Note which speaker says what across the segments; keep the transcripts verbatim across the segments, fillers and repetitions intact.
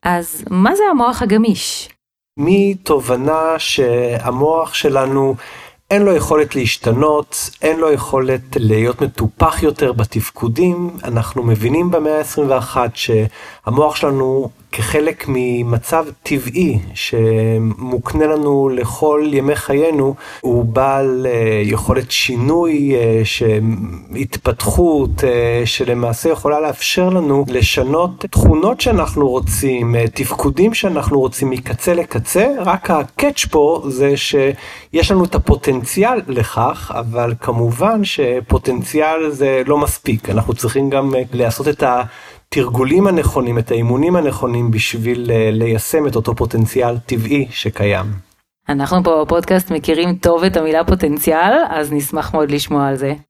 Speaker 1: אז מה זה המוח הגמיש?
Speaker 2: מתובנה שהמוח שלנו אין לו יכולת להשתנות, אין לו יכולת להיות מטופח יותר בתפקודים. אנחנו מבינים במאה ה-עשרים ואחת שהמוח שלנו כחלק ממצב טבעי שמוקנה לנו לכל ימי חיינו, הוא בעל יכולת שינוי, התפתחות, שלמעשה יכולה לאפשר לנו לשנות תכונות שאנחנו רוצים, תפקודים שאנחנו רוצים מקצה לקצה. רק הקאץ' פה זה שיש לנו את הפוטנציאל לכך, אבל כמובן שפוטנציאל זה לא מספיק. אנחנו צריכים גם לעשות את ה... תרגולים הנכונים, את האימונים הנכונים בשביל ליישם את אותו פוטנציאל טבעי שקיים.
Speaker 1: אנחנו פה בפודקאסט מכירים טוב את המילה פוטנציאל, אז נשמח מאוד לשמוע על זה.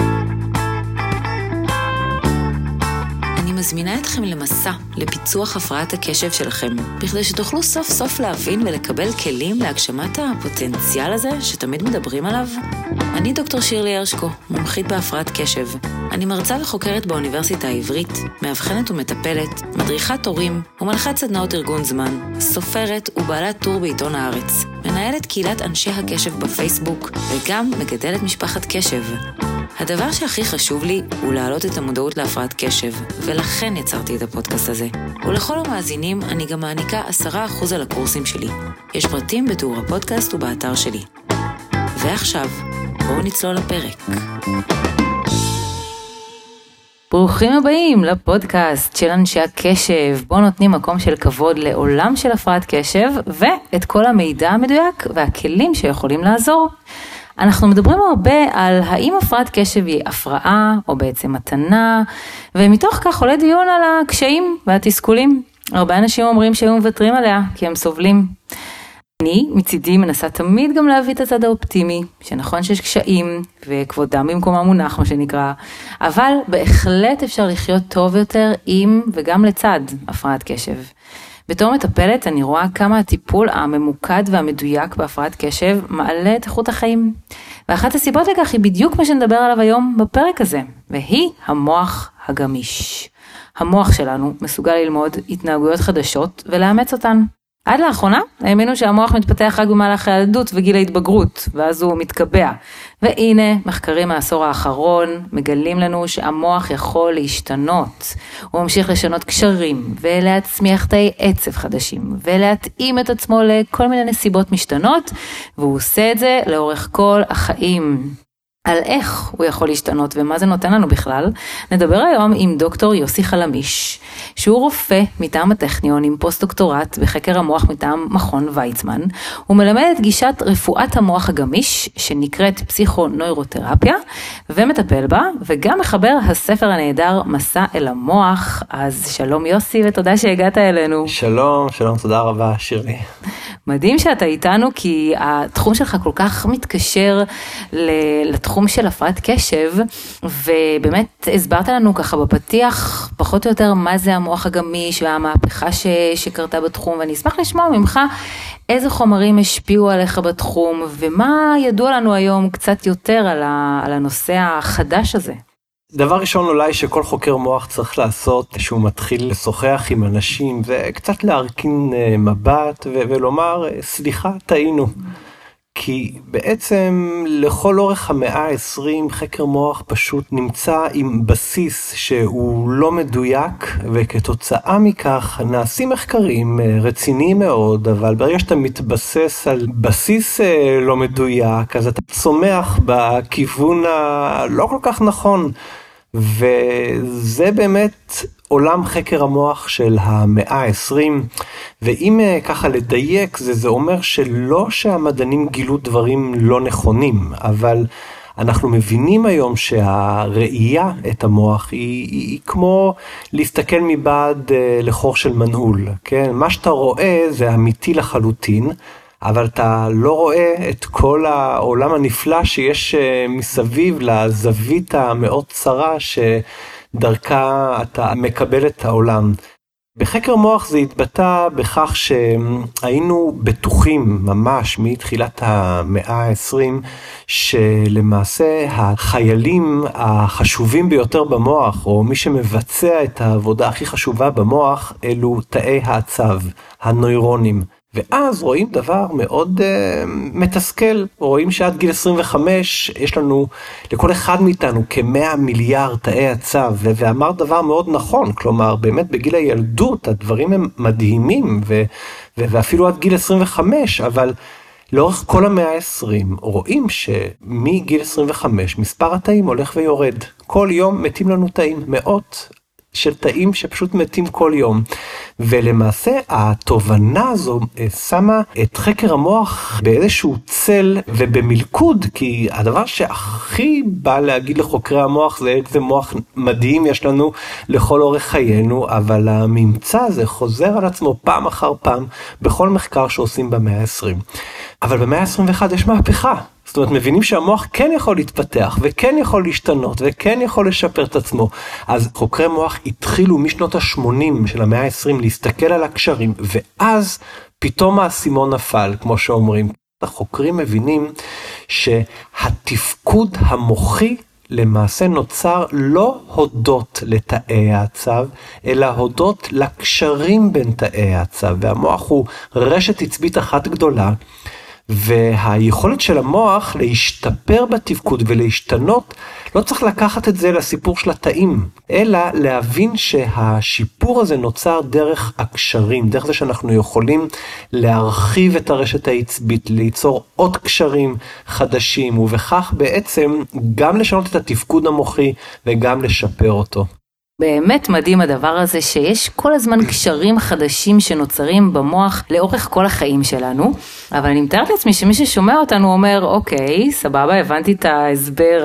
Speaker 3: אני מזמינה אתכם למסע לפיצוח הפרעת הקשב שלכם, בכדי שתוכלו סוף סוף להבין ולקבל כלים להגשמת הפוטנציאל הזה שתמיד מדברים עליו. אני דוקטור שירלי הרשקו, מומחית בהפרעת קשב. אני מרצה וחוקרת באוניברסיטה העברית, מאבחנת ומטפלת, מדריכת הורים ומנחת סדנאות ארגון זמן, סופרת ובעלת טור בעיתון הארץ, מנהלת קהילת אנשי הקשב בפייסבוק וגם מגדלת משפחת קשב. הדבר שהכי חשוב לי הוא להעלות את המודעות להפרעת קשב, ולכן יצרתי את הפודקאסט הזה. ולכל המאזינים אני גם מעניקה עשרה אחוז על הקורסים שלי. יש פרטים בתיאור הפודקאסט ובאתר שלי. ועכשיו, בואו נצלול לפרק.
Speaker 1: ברוכים הבאים לפודקאסט של אנשי הקשב, בו נותנים מקום של כבוד לעולם של הפרעת קשב, ואת כל המידע המדויק והכלים שיכולים לעזור. אנחנו מדברים הרבה על האם הפרעת קשב היא הפרעה או בעצם מתנה, ומתוך כך עולה דיון על הקשיים והתסכולים. הרבה אנשים אומרים שהם מוותרים עליה כי הם סובלים. אני מצידי מנסה תמיד גם להביא את הצד האופטימי, שנכון שיש קשיים וכבודם במקומה מונח מה שנקרא, אבל בהחלט אפשר לחיות טוב יותר עם וגם לצד הפרעת קשב. בתור מטפלת אני רואה כמה הטיפול הממוקד והמדויק בהפרעת קשב מעלה את איכות החיים. ואחת הסיבות לכך היא בדיוק מה שנדבר עליו היום בפרק הזה, והיא המוח הגמיש. המוח שלנו מסוגל ללמוד התנהגויות חדשות ולאמץ אותן. עד לאחרונה האמינו שהמוח מתפתח רק במהלך הילדות וגיל ההתבגרות, ואז הוא מתקבע. והנה, מחקרים מהעשור האחרון מגלים לנו שהמוח יכול להשתנות. הוא ממשיך לשנות קשרים ולהצמיח תאי עצב חדשים, ולהתאים את עצמו לכל מיני נסיבות משתנות, והוא עושה את זה לאורך כל החיים. על איך הוא יכול להשתנות ומה זה נותן לנו בכלל, נדבר היום עם דוקטור יוסי חלמיש, שהוא רופא מטעם הטכניון עם פוסט-דוקטורט בחקר המוח מטעם מכון ויצמן. הוא מלמד את גישת רפואת המוח הגמיש, שנקראת פסיכונוירותרפיה, ומטפל בה, וגם מחבר הספר הנהדר מסע אל המוח. אז שלום יוסי ותודה שהגעת אלינו.
Speaker 2: שלום, שלום, תודה רבה שירלי.
Speaker 1: מדהים שאתה איתנו, כי התחום שלך כל כך מתקשר לתחום של הפרעת קשב, ובאמת הסברת לנו ככה בפתיח פחות או יותר מה זה המוח הגמיש והמהפכה ש... שקרתה בתחום, ואני אשמח לשמוע ממך איזה חומרים השפיעו עליך בתחום, ומה ידוע לנו היום קצת יותר על, ה... על הנושא החדש הזה.
Speaker 2: דבר ראשון אולי שכל חוקר מוח צריך לעשות, שהוא מתחיל לשוחח עם אנשים וקצת להרכין מבט ו- ולומר סליחה, טעינו. כי בעצם לכל אורך המאה ה-עשרים חקר מוח פשוט נמצא עם בסיס שהוא לא מדויק, וכתוצאה מכך נעשים מחקרים רציניים מאוד, אבל ברגע שאתה מתבסס על בסיס לא מדויק, אז אתה צומח בכיוון הלא כל כך נכון. וזה באמת עולם חקר המוח של המאה ה-עשרים, ואם ככה לדייק, זה, זה אומר שלא שהמדענים גילו דברים לא נכונים, אבל אנחנו מבינים היום שהראייה את המוח היא, היא, היא כמו להסתכל מבעד לחור של מנעול, כן? מה שאתה רואה זה אמיתי לחלוטין, אבל אתה לא רואה את כל העולם הנפלא שיש מסביב לזווית המאוד צרה שדרכה אתה מקבל את העולם. בחקר מוח זה התבטא בכך שהיינו בטוחים ממש מתחילת המאה ה-עשרים שלמעשה החיילים החשובים ביותר במוח, או מי שמבצע את העבודה הכי חשובה במוח, אלו תאי העצב, הנוירונים. ואז רואים דבר מאוד uh, מתסכל, רואים שעד גיל עשרים וחמש יש לנו, לכל אחד מאיתנו, כמאה מיליארד תאי עצב, ואמר דבר מאוד נכון, כלומר, באמת בגיל הילדות הדברים הם מדהימים, ו- ו- ואפילו עד גיל עשרים וחמש, אבל לאורך כל המאה ה-עשרים רואים שמגיל עשרים וחמש מספר התאים הולך ויורד. כל יום מתים לנו תאים, מאות של תאים שפשוט מתים כל יום. ולמעשה התובנה הזו שמה את חקר המוח באיזשהו צל ובמלכוד, כי הדבר שהכי בא להגיד לחוקרי המוח זה איזה מוח מדהים יש לנו לכל אורך חיינו, אבל הממצא הזה חוזר על עצמו פעם אחר פעם בכל מחקר שעושים במאה ה-עשרים. אבל במאה ה-עשרים ואחת יש מהפכה. זאת אומרת, מבינים שהמוח כן יכול להתפתח, וכן יכול להשתנות, וכן יכול לשפר את עצמו. אז חוקרי מוח התחילו משנות ה-שמונים של המאה ה-עשרים להסתכל על הקשרים, ואז פתאום האסימון נפל, כמו שאומרים. החוקרים מבינים שהתפקוד המוחי למעשה נוצר לא הודות לתאי העצב, אלא הודות לקשרים בין תאי העצב, והמוח הוא רשת עצבית אחת גדולה, והיכולת של המוח להשתפר בתפקוד ולהשתנות, לא צריך לקחת את זה לסיפור של התאים, אלא להבין שהשיפור הזה נוצר דרך הקשרים, דרך זה שאנחנו יכולים להרחיב את הרשת העצבית, ליצור עוד קשרים חדשים, ובכך בעצם גם לשנות את התפקוד המוחי וגם לשפר אותו.
Speaker 1: באמת מדהים הדבר הזה שיש כל הזמן קשרים חדשים שנוצרים במוח לאורך כל החיים שלנו, אבל אני מתארת לעצמי שמי ששומע אותנו אומר, אוקיי, סבבה, הבנתי את ההסבר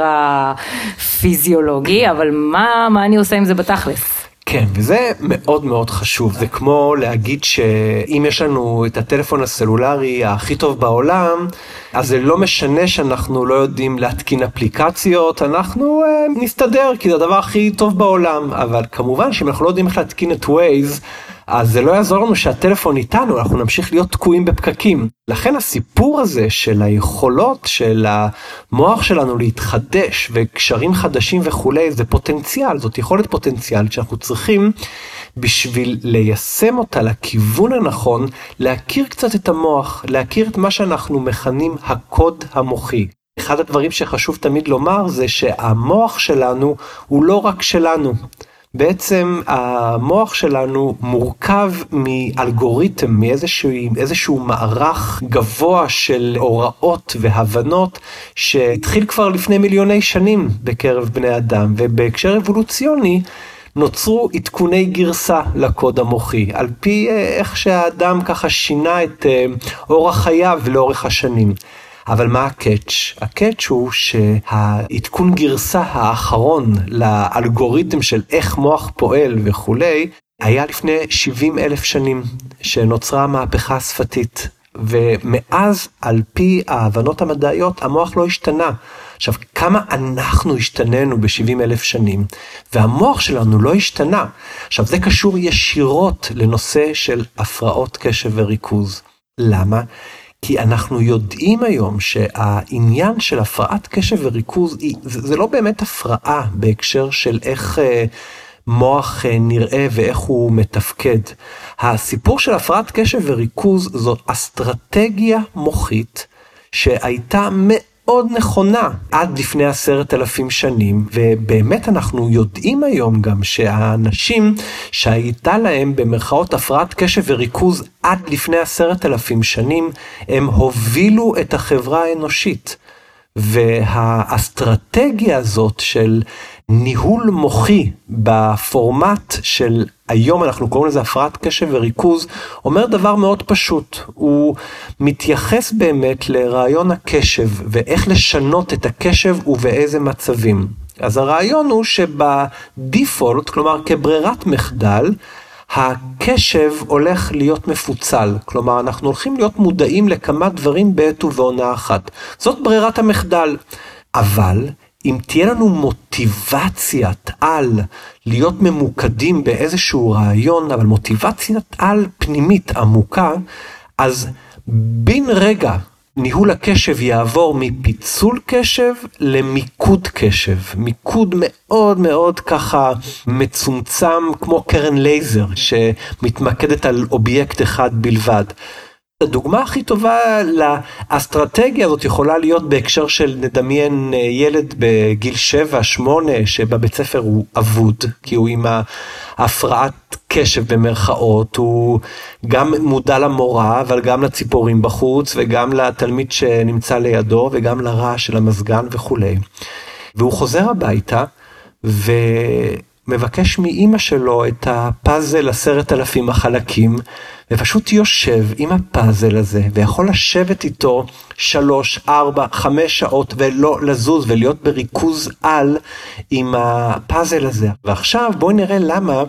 Speaker 1: הפיזיולוגי, אבל מה, מה אני עושה עם זה בתכלס?
Speaker 2: כן, וזה מאוד מאוד חשוב. זה כמו להגיד שאם יש לנו את הטלפון הסלולרי הכי טוב בעולם, אז זה לא משנה שאנחנו לא יודעים להתקין אפליקציות, אנחנו אה, נסתדר, כי זה הדבר הכי טוב בעולם. אבל כמובן שאם אנחנו לא יודעים איך להתקין את Waze, אז זה לא יעזור לנו שהטלפון איתנו, אנחנו נמשיך להיות תקועים בפקקים. לכן הסיפור הזה של היכולות של המוח שלנו להתחדש וקשרים חדשים וכו', זה פוטנציאל, זאת יכולת פוטנציאלית שאנחנו צריכים בשביל ליישם אותה לכיוון הנכון, להכיר קצת את המוח, להכיר את מה שאנחנו מכנים הקוד המוחי. אחד הדברים שחשוב תמיד לומר זה שהמוח שלנו הוא לא רק שלנו. בעצם המוח שלנו מורכב מאלגוריתם, מאיזשהו איזשהו מערך גבוה של הוראות והבנות שהתחיל כבר לפני מיליוני שנים בקרב בני אדם, ובהקשר אבולוציוני נוצרו עדכוני גרסה לקוד המוחי, על פי איך שהאדם ככה שינה את אורח חייו לאורך השנים. אבל מה הקאץ'? הקאץ' הוא שהעדכון גרסה האחרון לאלגוריתם של איך מוח פועל וכולי, היה לפני שבעים אלף שנים שנוצרה המהפכה השפתית. ומאז על פי ההבנות המדעיות המוח לא השתנה. עכשיו, כמה אנחנו השתננו ב-שבעים אלף שנים, והמוח שלנו לא השתנה. עכשיו, זה קשור ישירות לנושא של הפרעות קשב וריכוז. למה? כי אנחנו יודעים היום שהעניין של הפרעת קשב וריכוז, זה, זה לא באמת הפרעה בהקשר של איך אה, מוח אה, נראה ואיך הוא מתפקד. הסיפור של הפרעת קשב וריכוז זו אסטרטגיה מוחית שהייתה מאוד נכונה עד לפני עשרת אלפים שנים, ובאמת אנחנו יודעים היום גם שהאנשים שהייתה להם במרכאות הפרעת קשב וריכוז עד לפני עשרת אלפים שנים, הם הובילו את החברה האנושית. והאסטרטגיה הזאת של ניהול מוחי בפורמט של היום אנחנו קוראים לזה הפרעת קשב וריכוז, אומר דבר מאוד פשוט. הוא מתייחס באמת לרעיון הקשב ואיך לשנות את הקשב ובאיזה מצבים. אז הרעיון הוא שבדיפולט, כלומר כברירת מחדל, הקשב הולך להיות מפוצל. כלומר, אנחנו הולכים להיות מודעים לכמה דברים בעת ובעונה אחת. זאת ברירת המחדל. אבל אם תהיה לנו מוטיבציית על להיות ממוקדים באיזשהו רעיון, אבל מוטיבציית על פנימית עמוקה, אז בין רגע ניהול הקשב יעבור מפיצול קשב למיקוד קשב. מיקוד מאוד מאוד ככה מצומצם, כמו קרן לייזר, שמתמקדת על אובייקט אחד בלבד. הדוגמה הכי טובה לאסטרטגיה הזאת יכולה להיות בהקשר של נדמיין ילד בגיל שבע שמונה שבבית ספר הוא אבוד, כי הוא עם ההפרעת קשב במרכאות, הוא גם מודע למורה, אבל גם לציפורים בחוץ, וגם לתלמיד שנמצא לידו, וגם לרעש של המזגן וכו'. והוא חוזר הביתה, ומבקש מאמא שלו את הפאזל עשרת אלפים החלקים, ופשוט יושב עם הפאזל הזה, ויכול לשבת איתו שלוש, ארבע, חמש שעות, ולא לזוז, ולהיות בריכוז על עם הפאזל הזה. ועכשיו בואו נראה למה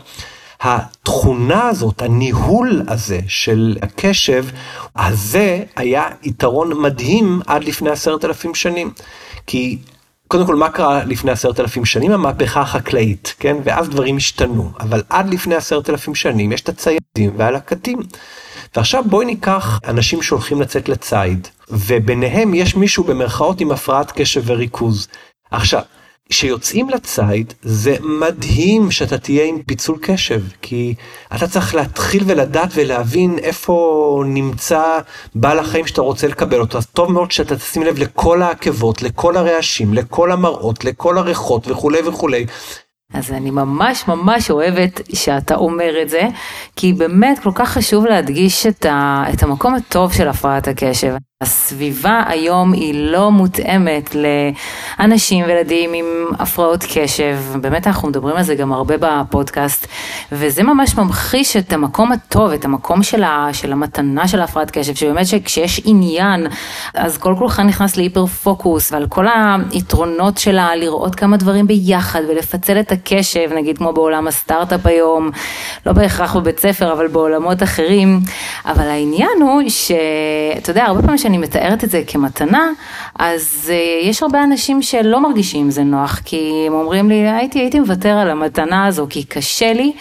Speaker 2: התכונה הזאת, הניהול הזה של הקשב, הזה היה יתרון מדהים עד לפני עשרת אלפים שנים. כי קודם כל, מה קרה לפני עשרת אלפים שנים? המהפכה החקלאית, כן? ואז דברים השתנו. אבל עד לפני עשרת אלפים שנים יש את הציידים והלקטים. ועכשיו בואי ניקח אנשים שהולכים לצאת לצייד, וביניהם יש מישהו במרכאות עם הפרעת קשב וריכוז. עכשיו, כשיוצאים לצייד, זה מדהים שאתה תהיה עם פיצול קשב, כי אתה צריך להתחיל ולדעת ולהבין איפה נמצא בעל החיים שאתה רוצה לקבל אותו. אז טוב מאוד שאתה תשים לב לכל העקבות, לכל הרעשים, לכל המראות, לכל הריחות וכו' וכו'.
Speaker 1: אז אני ממש ממש אוהבת שאתה אומר את זה, כי באמת כל כך חשוב להדגיש את, ה, את המקום הטוב של הפרעת הקשב. הסביבה היום היא לא מותאמת לאנשים וילדים עם הפרעות קשב, באמת אנחנו מדברים על זה גם הרבה בפודקאסט, וזה ממש ממחיש את המקום הטוב, את המקום של, ה, של המתנה של הפרעת קשב, שבאמת שכשיש עניין, אז כל כולך נכנס להיפר פוקוס, ועל כל היתרונות שלה לראות כמה דברים ביחד, ולפצל את הקשב, נגיד כמו בעולם הסטארט-אפ היום, לא בהכרח בבית ספר, אבל בעולמות אחרים, אבל העניין הוא שאתה יודע, הרבה פעמים שאני מתארת את זה כמתנה, אז uh, יש הרבה אנשים שלא מרגישים זה נוח, כי הם אומרים לי, הייתי, הייתי מוותר על המתנה הזו, כי קשה לי,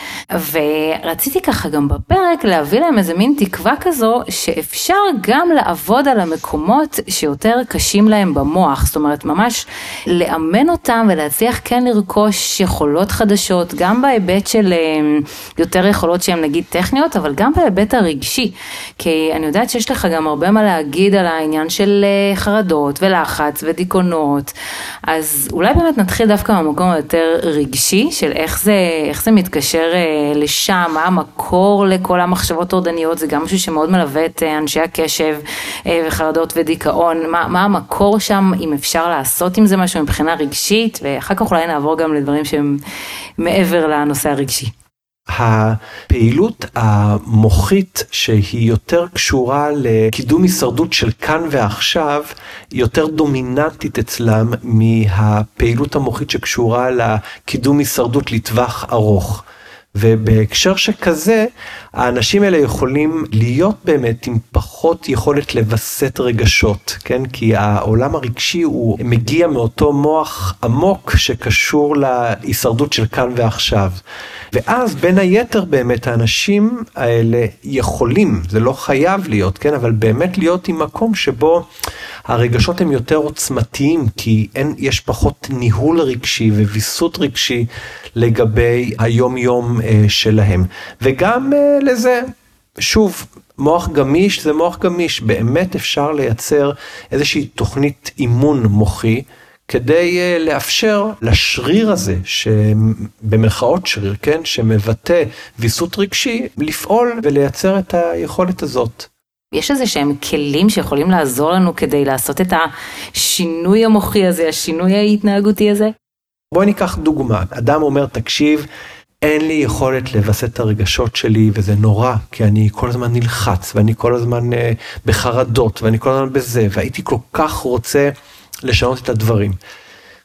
Speaker 1: ורציתי ככה גם בפרק להביא להם איזה מין תקווה כזו, שאפשר גם לעבוד על המקומות שיותר קשים להם במוח, זאת אומרת, ממש לאמן אותם ולהצליח כן לרכוש יכולות חדשות, גם בהיבט של uh, יותר יכולות שהן נגיד טכניות, אבל גם בהיבט הרגשי, כי אני יודעת שיש לך גם הרבה מה להגיד על העניין של חרדות ולחץ ודיכאונות, אז אולי באמת נתחיל דווקא מהמקום היותר רגשי, של איך זה, איך זה מתקשר לשם, מה המקור לכל המחשבות טורדניות, זה גם משהו שמאוד מלווה את אנשי הקשב וחרדות ודיכאון, מה, מה המקור שם, אם אפשר לעשות עם זה משהו מבחינה רגשית, ואחר כך אולי נעבור גם לדברים שהם מעבר לנושא הרגשי.
Speaker 2: הפעילות המוחית שהיא יותר קשורה לקידום הישרדות של כאן ועכשיו, יותר דומיננטית אצלם מהפעילות המוחית שקשורה לקידום הישרדות לטווח ארוך. ובהקשר שכזה, האנשים האלה יכולים להיות באמת עם פחות יכולת לבסט רגשות, כן? כי העולם הרגשי הוא מגיע מאותו מוח עמוק שקשור להישרדות של כאן ועכשיו. ואז בין היתר באמת האנשים האלה יכולים, זה לא חייב להיות, כן? אבל באמת להיות עם מקום שבו הרגשות הם יותר עוצמתיים, כי אין, יש פחות ניהול רגשי וויסות רגשי לגבי היום יום אה, שלהם. וגם אה, לזה, שוב, מוח גמיש זה מוח גמיש, באמת אפשר לייצר איזושהי תוכנית אימון מוחי, כדי uh, לאפשר לשריר הזה, שבמרכאות שריר, כן, שמבטא ויסות רגשי, לפעול ולייצר את היכולת הזאת.
Speaker 1: יש איזה שהם כלים שיכולים לעזור לנו כדי לעשות את השינוי המוחי הזה, השינוי ההתנהגותי הזה?
Speaker 2: בואי ניקח דוגמה. אדם אומר, תקשיב, אין לי יכולת לבסט את הרגשות שלי, וזה נורא, כי אני כל הזמן נלחץ, ואני כל הזמן uh, בחרדות, ואני כל הזמן בזה, והייתי כל כך רוצה לשנות את הדברים.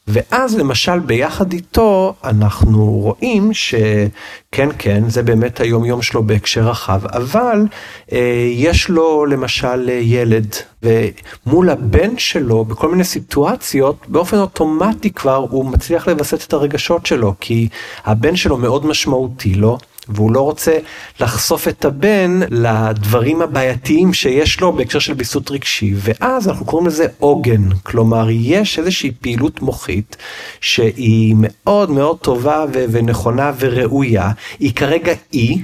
Speaker 2: ואז למשל ביחד איתו אנחנו רואים שכן כן זה באמת היום יום שלו בהקשר רחב, אבל אה, יש לו למשל ילד, ומול הבן שלו בכל מיני סיטואציות באופן אוטומטי כבר הוא מצליח לבסט את הרגשות שלו, כי הבן שלו מאוד משמעותי לו, והוא לא רוצה לחשוף את הבן לדברים הבעייתיים שיש לו בהקשר של ביסות רגשי, ואז אנחנו קוראים לזה עוגן, כלומר יש איזושהי פעילות מוחית שהיא מאוד מאוד טובה ו- ונכונה וראויה, היא כרגע אי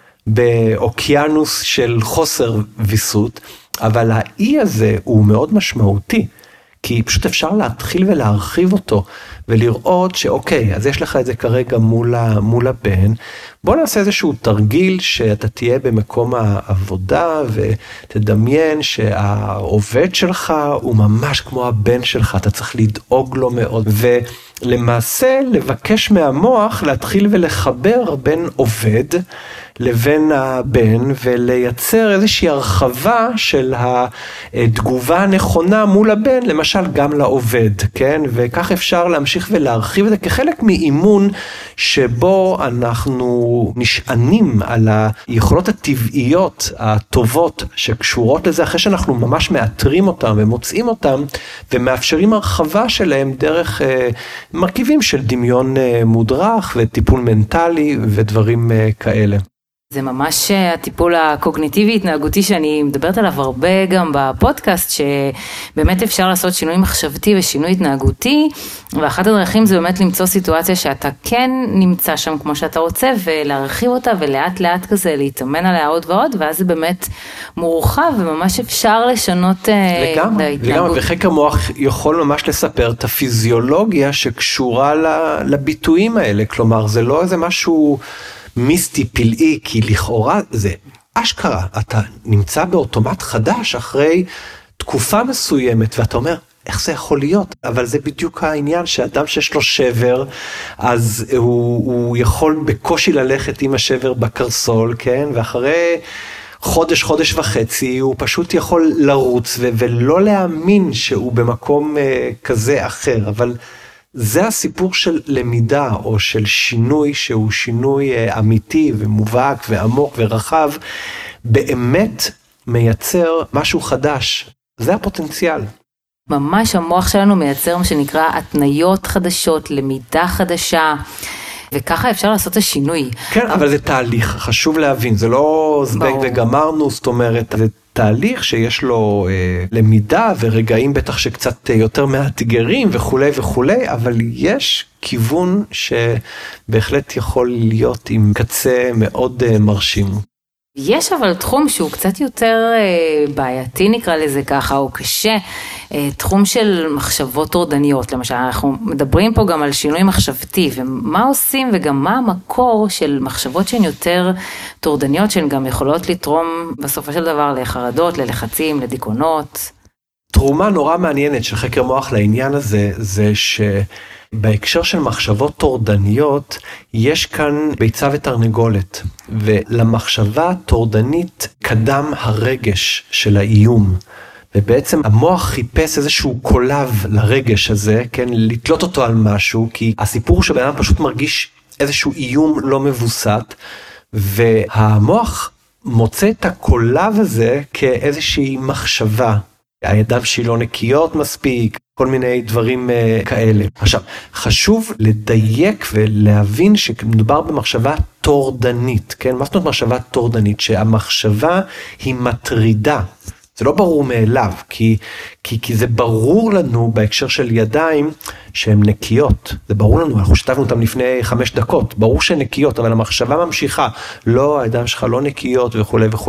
Speaker 2: באוקיינוס של חוסר ויסות, אבל האי הזה הוא מאוד משמעותי, כי פשוט אפשר להתחיל ולהרחיב אותו, ולראות שאוקיי, אז יש לך את זה כרגע מול, ה, מול הבן, בוא נעשה איזשהו תרגיל שאתה תהיה במקום העבודה, ותדמיין שהעובד שלך הוא ממש כמו הבן שלך, אתה צריך לדאוג לו מאוד, ולמעשה לבקש מהמוח להתחיל ולחבר בין עובד, לבין הבן, ולייצר איזושהי הרחבה של התגובה הנכונה מול הבן, למשל גם לעובד, כן? וכך אפשר להמשיך ולהרחיב את זה כחלק מאימון שבו אנחנו נשענים על היכולות הטבעיות הטובות שקשורות לזה, אחרי שאנחנו ממש מאתרים אותם ומוצאים אותם, ומאפשרים הרחבה שלהם דרך אה, מרכיבים של דמיון אה, מודרך וטיפול מנטלי ודברים אה, כאלה.
Speaker 1: זה ממש הטיפול הקוגניטיבי-התנהגותי שאני מדברת עליו הרבה גם בפודקאסט, שבאמת אפשר לעשות שינוי מחשבתי ושינוי התנהגותי, ואחת הדרכים זה באמת למצוא סיטואציה שאתה כן נמצא שם כמו שאתה רוצה, ולהרחיב אותה ולאט לאט כזה להתאמן עליה עוד ועוד, ואז זה באמת מורחב וממש אפשר לשנות
Speaker 2: לגמרי, את ההתנהגות. לגמרי, וחקר המוח יכול ממש לספר את הפיזיולוגיה שקשורה לביטויים האלה, כלומר זה לא איזה משהו מיסטי פלאי, כי לכאורה זה אשכרה, אתה נמצא באוטומט חדש אחרי תקופה מסוימת, ואתה אומר, איך זה יכול להיות? אבל זה בדיוק העניין, שאדם שיש לו שבר, אז הוא, הוא יכול בקושי ללכת עם השבר בקרסול, כן? ואחרי חודש, חודש וחצי, הוא פשוט יכול לרוץ, ו- ולא להאמין שהוא במקום uh, כזה אחר, אבל זה הסיפור של למידה או של שינוי שהוא שינוי אמיתי ומובהק ועמוק ורחב, באמת מייצר משהו חדש. זה הפוטנציאל.
Speaker 1: ממש המוח שלנו מייצר מה שנקרא התניות חדשות, למידה חדשה, וככה אפשר לעשות את השינוי.
Speaker 2: כן, אבל זה תהליך, חשוב להבין, זה לא זבנג וגמרנו, זאת אומרת, זה תהליך שיש לו אה, למידה ורגעים בטח שקצת יותר מאתגרים וכולי וכולי, אבל יש כיוון שבהחלט יכול להיות עם קצה מאוד אה, מרשים.
Speaker 1: יש אבל תחום שהוא קצת יותר אה, בעייתי נקרא לזה ככה, או קשה, אה, תחום של מחשבות טורדניות, למשל, אנחנו מדברים פה גם על שינוי מחשבתי, ומה עושים וגם מה המקור של מחשבות שהן יותר טורדניות, שהן גם יכולות לתרום בסופו של דבר לחרדות, ללחצים, לדיכאונות.
Speaker 2: תרומה נורא מעניינת של חקר מוח לעניין הזה, זה ש... בהקשר של מחשבות טורדניות, יש כאן ביצה ותרנגולת, ולמחשבה הטורדנית קדם הרגש של האיום, ובעצם המוח חיפש איזשהו קולב לרגש הזה, כן, לתלות אותו על משהו, כי הסיפור שבאדם פשוט מרגיש איזשהו איום לא מבוסת, והמוח מוצא את הקולב הזה כאיזושהי מחשבה, הידיים שלי לא נקיות מספיק, כל מיני דברים uh, כאלה. עכשיו, חשוב לדייק ולהבין שמדובר במחשבה טורדנית, כן? מה זאת אומרת מחשבה טורדנית? שהמחשבה היא מטרידה. זה לא ברור מאליו, כי, כי, כי זה ברור לנו בהקשר של ידיים שהן נקיות. זה ברור לנו, אנחנו שתפנו אותם לפני חמש דקות, ברור שהן נקיות, אבל המחשבה ממשיכה. לא, הידיים שלך לא נקיות וכו' וכו'.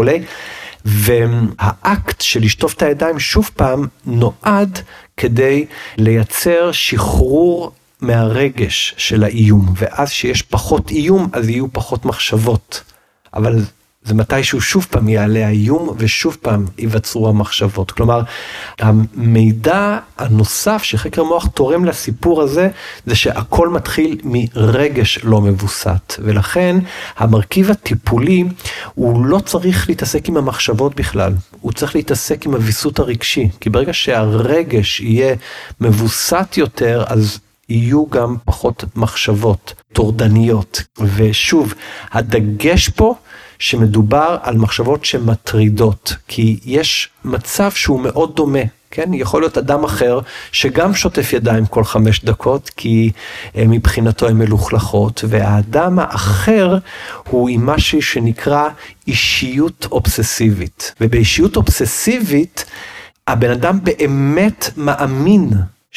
Speaker 2: והאקט של לשטוף את הידיים שוב פעם נועד כדי לייצר שחרור מהרגש של האיום, ואז שיש פחות איום אז יהיו פחות מחשבות, אבל זה מתישהו שוב פעם יעלה האיום ושוב פעם ייווצרו המחשבות. כלומר, המידע הנוסף שחקר מוח תורם לסיפור הזה, זה שהכל מתחיל מרגש לא מבוסת, ולכן המרכיב הטיפולי הוא לא צריך להתעסק עם המחשבות בכלל, הוא צריך להתעסק עם הוויסות הרגשי, כי ברגע שהרגש יהיה מבוסת יותר, אז יהיו גם פחות מחשבות טורדניות. ושוב, הדגש פה שמדובר על מחשבות שמטרידות, כי יש מצב שהוא מאוד דומה. כן, יכול להיות אדם אחר שגם שוטף ידיים כל חמש דקות, כי מבחינתו הן מלוכלכות, והאדם האחר הוא עם משהו שנקרא אישיות אובססיבית. ובאישיות אובססיבית, הבן אדם באמת מאמין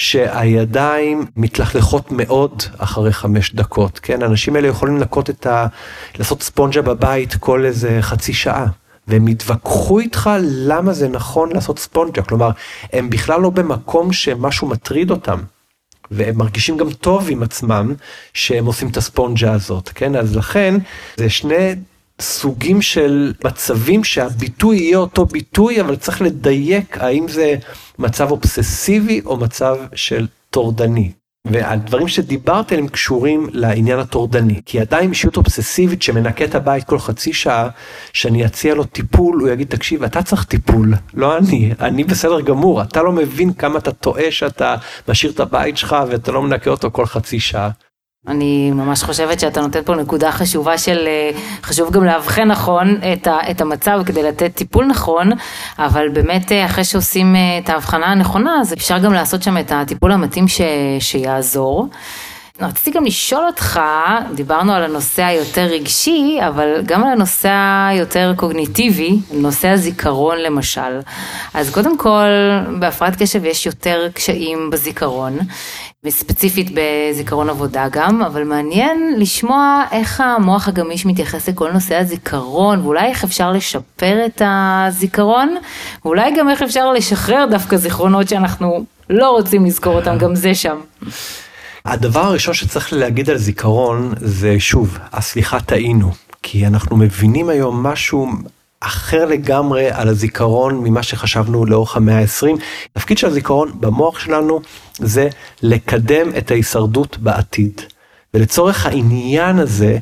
Speaker 2: שהידיים מתלכלכות מאוד אחרי חמש דקות. כן, האנשים האלה יכולים לקות את ה... לעשות ספונג'ה בבית כל איזה חצי שעה. והם התווכחו איתך למה זה נכון לעשות ספונג'ה, כלומר, הם בכלל לא במקום שמשהו מטריד אותם, והם מרגישים גם טוב עם עצמם שהם עושים את הספונג'ה הזאת, כן? אז לכן, זה שני סוגים של מצבים שהביטוי יהיה אותו ביטוי, אבל צריך לדייק האם זה מצב אובססיבי או מצב של טורדני. והדברים שדיברת הם קשורים לעניין הטורדני, כי עדיין אישיות אובססיבית שמנקה את הבית כל חצי שעה, שאני אציע לו טיפול, הוא יגיד, תקשיב, אתה צריך טיפול, לא אני, אני בסדר גמור, אתה לא מבין כמה אתה טועה שאתה משאיר את הבית שלך, ואתה לא מנקה אותו כל חצי שעה.
Speaker 1: אני ממש חושבת שאתה נותן פה נקודה חשובה של, חשוב גם להבחן נכון את, ה, את המצב כדי לתת טיפול נכון, אבל באמת אחרי שעושים את ההבחנה הנכונה, אז אפשר גם לעשות שם את הטיפול המתאים ש, שיעזור. רציתי גם לשאול אותך, דיברנו על הנושא היותר רגשי, אבל גם על הנושא היותר קוגניטיבי, נושא הזיכרון למשל. אז קודם כל, בהפרעת קשב יש יותר קשיים בזיכרון, וספציפית בזיכרון עבודה גם, אבל מעניין לשמוע איך המוח הגמיש מתייחס לכל נושא הזיכרון, ואולי איך אפשר לשפר את הזיכרון, ואולי גם איך אפשר לשחרר דווקא זיכרונות שאנחנו לא רוצים לזכור אותם, גם זה שם.
Speaker 2: הדבר הראשון שצריך להגיד על זיכרון זה שוב, הסליחה טעינו, כי אנחנו מבינים היום משהו אחר לגמרי על הזיכרון ממה שחשבנו לאורך המאה ה-עשרים. התפקיד של הזיכרון במוח שלנו זה לקדם את ההישרדות בעתיד. ולצורך העניין הזה,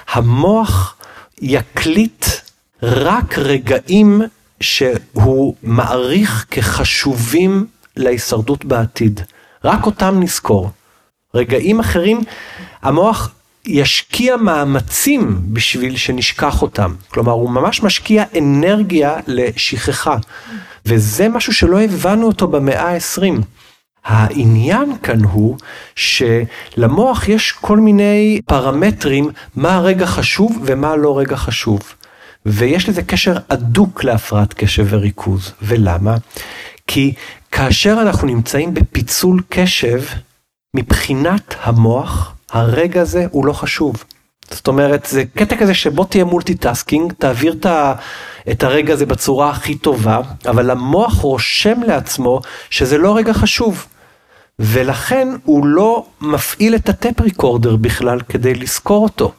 Speaker 2: המוח יקליט רק רגעים שהוא מעריך כחשובים להישרדות בעתיד. רק אותם נזכור. רגעים אחרים, המוח ישקיע מאמצים בשביל שנשכח אותם. כלומר, הוא ממש משקיע אנרגיה לשכחה. וזה משהו שלא הבנו אותו במאה ה-עשרים. העניין כאן הוא שלמוח יש כל מיני פרמטרים, מה הרגע חשוב ומה לא רגע חשוב. ויש לזה קשר אדוק להפרעת קשב וריכוז. ולמה? כי כאשר אנחנו נמצאים בפיצול קשב, מבחינת המוח, הרגע הזה הוא לא חשוב. זאת אומרת, זה קטע כזה שבו תהיה מולטיטאסקינג, תעביר את הרגע הזה בצורה הכי טובה, אבל המוח רושם לעצמו שזה לא רגע חשוב. ולכן הוא לא מפעיל את הטייפ ריקורדר בכלל כדי לזכור אותו.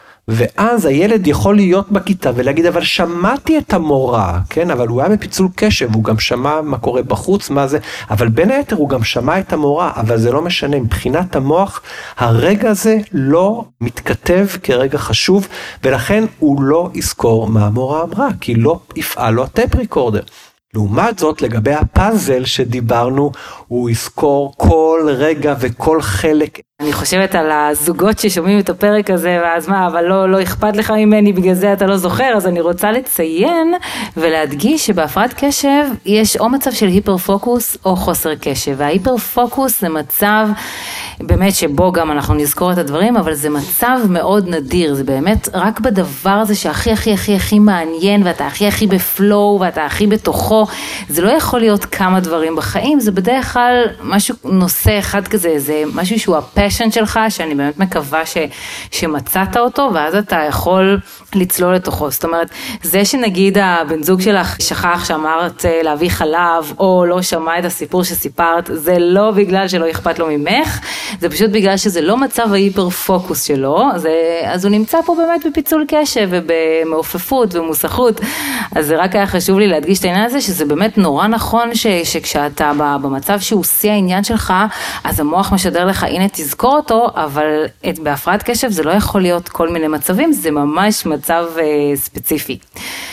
Speaker 2: ואז הילד יכול להיות בכיתה ולהגיד, אבל שמעתי את המורה, כן? אבל הוא היה בפיצול קשב, הוא גם שמע מה קורה בחוץ, מה זה, אבל בין היתר הוא גם שמע את המורה, אבל זה לא משנה, מבחינת המוח, הרגע הזה לא מתכתב כרגע חשוב, ולכן הוא לא יזכור מה המורה אמרה, כי לא יפעל לו הטייפ ריקורדר. לעומת זאת, לגבי הפאזל שדיברנו, הוא יזכור כל רגע וכל חלק.
Speaker 1: אני חושבת על הזוגות ששומעים את הפרק הזה, ואז מה, אבל לא, לא אכפת לך ממני, בגלל זה אתה לא זוכר, אז אני רוצה לציין ולהדגיש שבהפרעת קשב יש או מצב של היפר פוקוס או חוסר קשב, וההיפר פוקוס זה מצב באמת שבו גם אנחנו נזכור את הדברים, אבל זה מצב מאוד נדיר, זה באמת רק בדבר הזה שהכי הכי הכי הכי מעניין, ואתה הכי הכי בפלואו, ואתה הכי בתוכו, זה לא יכול להיות כמה דברים בחיים, זה בדרך כלל משהו, נושא אחד כזה, זה משהו שהוא הפשן שלך, שאני באמת מקווה ש, שמצאת אותו, ואז אתה יכול לצלול לתוכו. זאת אומרת, זה שנגיד הבן זוג שלך שכח שאמרת להביא חלב, או לא שמע את הסיפור שסיפרת, זה לא בגלל שלא אכפת לו ממך, זה פשוט בגלל שזה לא מצב ההיפר פוקוס שלו, זה, אז הוא נמצא פה באמת בפיצול קשב, ובמעופפות ומוסכות, אז זה רק היה חשוב לי להדגיש את העניין הזה, שזה באמת נורא נכון ש, שכשאתה במצב שהוא שיא העניין שלך, אז המוח משדר לך, הנה תזכור אותו, אבל את, בהפרעת קשב זה לא יכול להיות כל מיני מצבים, זה ממש מצב אה, ספציפי.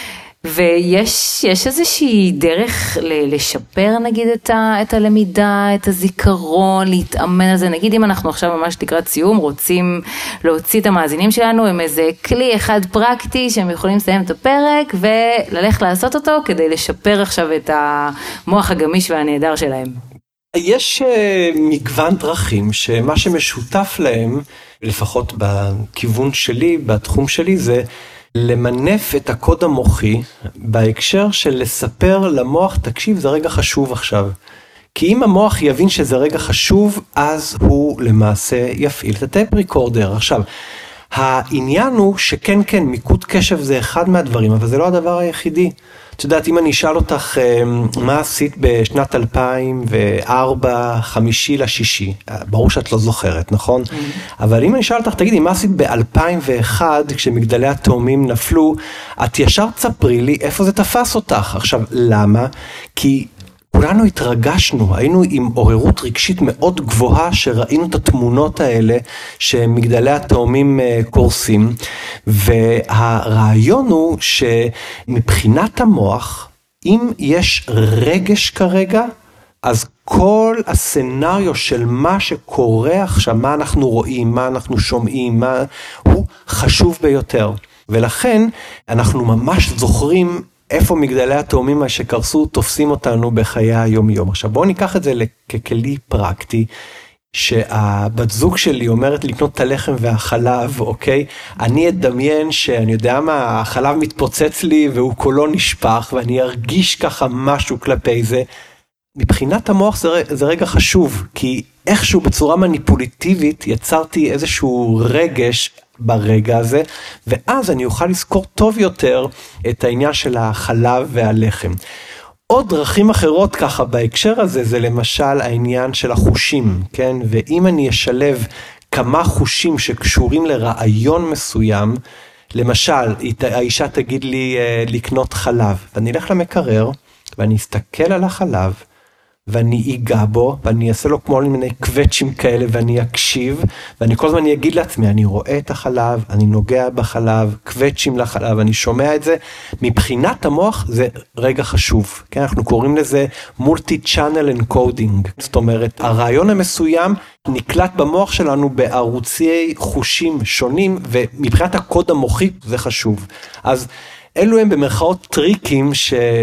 Speaker 1: ויש יש איזושהי דרך לשפר נגיד את, ה, את הלמידה, את הזיכרון, להתאמן על זה. נגיד אם אנחנו עכשיו ממש לקראת סיום, רוצים להוציא את המאזינים שלנו עם איזה כלי אחד פרקטי שהם יכולים לסיים את הפרק וללכת לעשות אותו כדי לשפר עכשיו את המוח הגמיש והנהדר שלהם.
Speaker 2: יש מגוון דרכים שמה שמשותף להם, לפחות בכיוון שלי, בתחום שלי, זה למנף את הקוד המוחי בהקשר של לספר למוח, תקשיב, זה רגע חשוב עכשיו. כי אם המוח יבין שזה רגע חשוב, אז הוא למעשה יפעיל את הטייפ ריקורדר. עכשיו, העניין הוא שכן כן, מיקוד קשב זה אחד מהדברים, אבל זה לא הדבר היחידי. את יודעת, אם אני אשאל אותך מה עשית בשנת אלפיים וארבע, חמישי לשישי, ברור שאת לא זוכרת, נכון? אבל אם אני אשאל אותך, תגידי, מה עשית ב-אלפיים ואחת, כשמגדלי התאומים נפלו, את ישר תספרי לי איפה זה תפס אותך. עכשיו, למה? כי כולנו התרגשנו, היינו עם עוררות רגשית מאוד גבוהה, שראינו את התמונות האלה, שמגדלי התאומים קורסים, והרעיון הוא שמבחינת המוח, אם יש רגש כרגע, אז כל הסצנריו של מה שקורה עכשיו, מה אנחנו רואים, מה אנחנו שומעים, מה, הוא חשוב ביותר. ולכן אנחנו ממש זוכרים איפה מגדלי התאומים שקרסו תופסים אותנו בחיי היום-יום. עכשיו בואו ניקח את זה ככלי פרקטי, שהבת זוג שלי אומרת לקנות את הלחם והחלב, אוקיי? אני אדמיין שאני יודע מה, החלב מתפוצץ לי והוא כולו נשפך, ואני ארגיש ככה משהו כלפי זה. מבחינת המוח זה, זה רגע חשוב, כי איכשהו בצורה מניפוליטיבית יצרתי איזשהו רגש ברגע הזה, ואז אני אוכל לזכור טוב יותר את העניין של החלב והלחם. עוד דרכים אחרות ככה בהקשר הזה, זה למשל העניין של החושים, כן? ואם אני אשלב כמה חושים שקשורים לרעיון מסוים, למשל, האישה תגיד לי לקנות חלב, ואני אלך למקרר, ואני אסתכל על החלב, ואני אגע בו, ואני אעשה לו כמו מיני קווצ'ים כאלה, ואני אקשיב, ואני כל הזמן אגיד לעצמי, אני רואה את החלב, אני נוגע בחלב, קווצ'ים לחלב, אני שומע את זה. מבחינת המוח זה רגע חשוב, כן? אנחנו קוראים לזה multi-channel encoding, זאת אומרת, הרעיון המסוים נקלט במוח שלנו בערוצי חושים שונים, ומבחינת הקוד המוחי זה חשוב. אז אלו הם במרכאות טריקים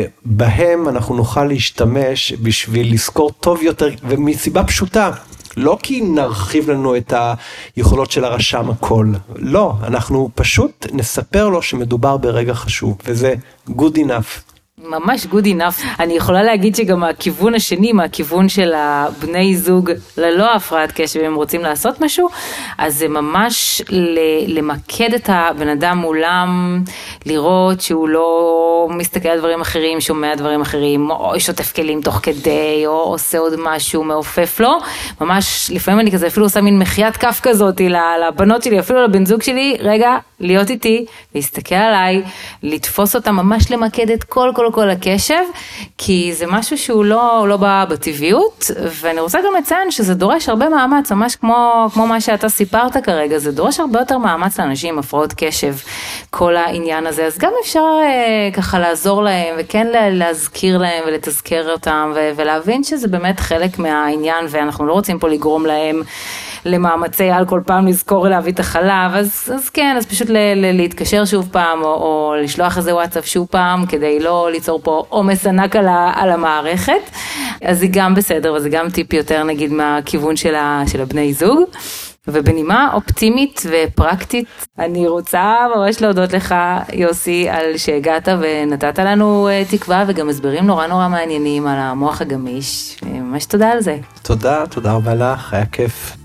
Speaker 2: שבהם אנחנו נוכל להשתמש בשביל לזכור טוב יותר, ומסיבה פשוטה, לא כי נרחיב לנו את היכולות של הרשם הכל, לא, אנחנו פשוט נספר לו שמדובר ברגע חשוב, וזה good enough.
Speaker 1: ממש good enough. אני יכולה להגיד שגם הכיוון השני, מהכיוון של הבני זוג ללא הפרעת קשב, אם רוצים לעשות משהו, אז זה ממש למקד את הבן אדם מולם, לראות שהוא לא מסתכל על דברים אחרים, שומע דברים אחרים, או שוטף כלים תוך כדי, או עושה עוד משהו, מעופף לו. ממש, לפעמים אני כזה אפילו עושה מין מחיית כף כזאת לבנות שלי, אפילו לבן זוג שלי, רגע, להיות איתי, להסתכל עליי, לתפוס אותה, ממש למקד את כל כל כל הקשב, כי זה משהו שהוא לא, לא בא בטבעיות, ואני רוצה גם לציין שזה דורש הרבה מאמץ, ממש כמו, כמו מה שאתה סיפרת כרגע, זה דורש הרבה יותר מאמץ לאנשים עם הפרעות קשב, כל העניין הזה, אז גם אפשר אה, ככה לעזור להם, וכן להזכיר להם ולתזכר אותם, ו- ולהבין שזה באמת חלק מהעניין, ואנחנו לא רוצים פה לגרום להם למאמצי על כל פעם לזכור להביא את החלב, אז, אז כן, אז פשוט ל- ל- להתקשר שוב פעם, או, או לשלוח איזה וואטסאפ שוב פעם, כדי לא ליצור פה עומס ענק על, ה- על המערכת, אז זה גם בסדר, וזה גם טיפ יותר נגיד מהכיוון של, ה- של הבני זוג. ובנימה אופטימית ופרקטית, אני רוצה ממש להודות לך, יוסי, על שהגעת ונתת לנו תקווה, וגם הסברים נורא נורא מעניינים על המוח הגמיש. ממש תודה על זה.
Speaker 2: תודה, תודה רבה לך, היה כיף.